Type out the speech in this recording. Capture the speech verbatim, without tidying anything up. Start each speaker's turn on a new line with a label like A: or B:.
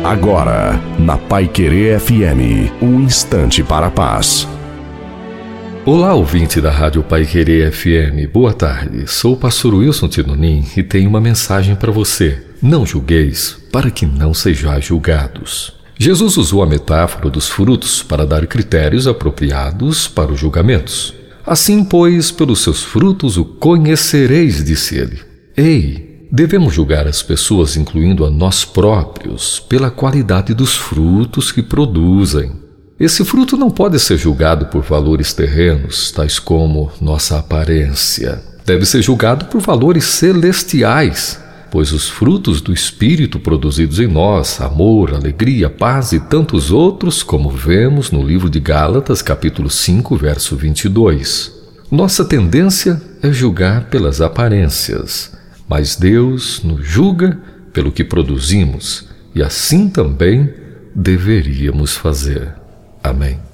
A: Agora, na Paiquerê F M, um instante para a paz.
B: Olá, ouvinte da Rádio Paiquerê F M, boa tarde. Sou o pastor Wilson Tinonim e tenho uma mensagem para você. Não julgueis, para que não sejais julgados. Jesus usou a metáfora dos frutos para dar critérios apropriados para os julgamentos. Assim, pois, pelos seus frutos o conhecereis, disse ele. Ei! Devemos julgar as pessoas, incluindo a nós próprios, pela qualidade dos frutos que produzem. Esse fruto não pode ser julgado por valores terrenos, tais como nossa aparência. Deve ser julgado por valores celestiais, pois os frutos do Espírito produzidos em nós, amor, alegria, paz e tantos outros, como vemos no livro de Gálatas, capítulo cinco, verso vinte e dois. Nossa tendência é julgar pelas aparências, mas Deus nos julga pelo que produzimos, e assim também deveríamos fazer. Amém.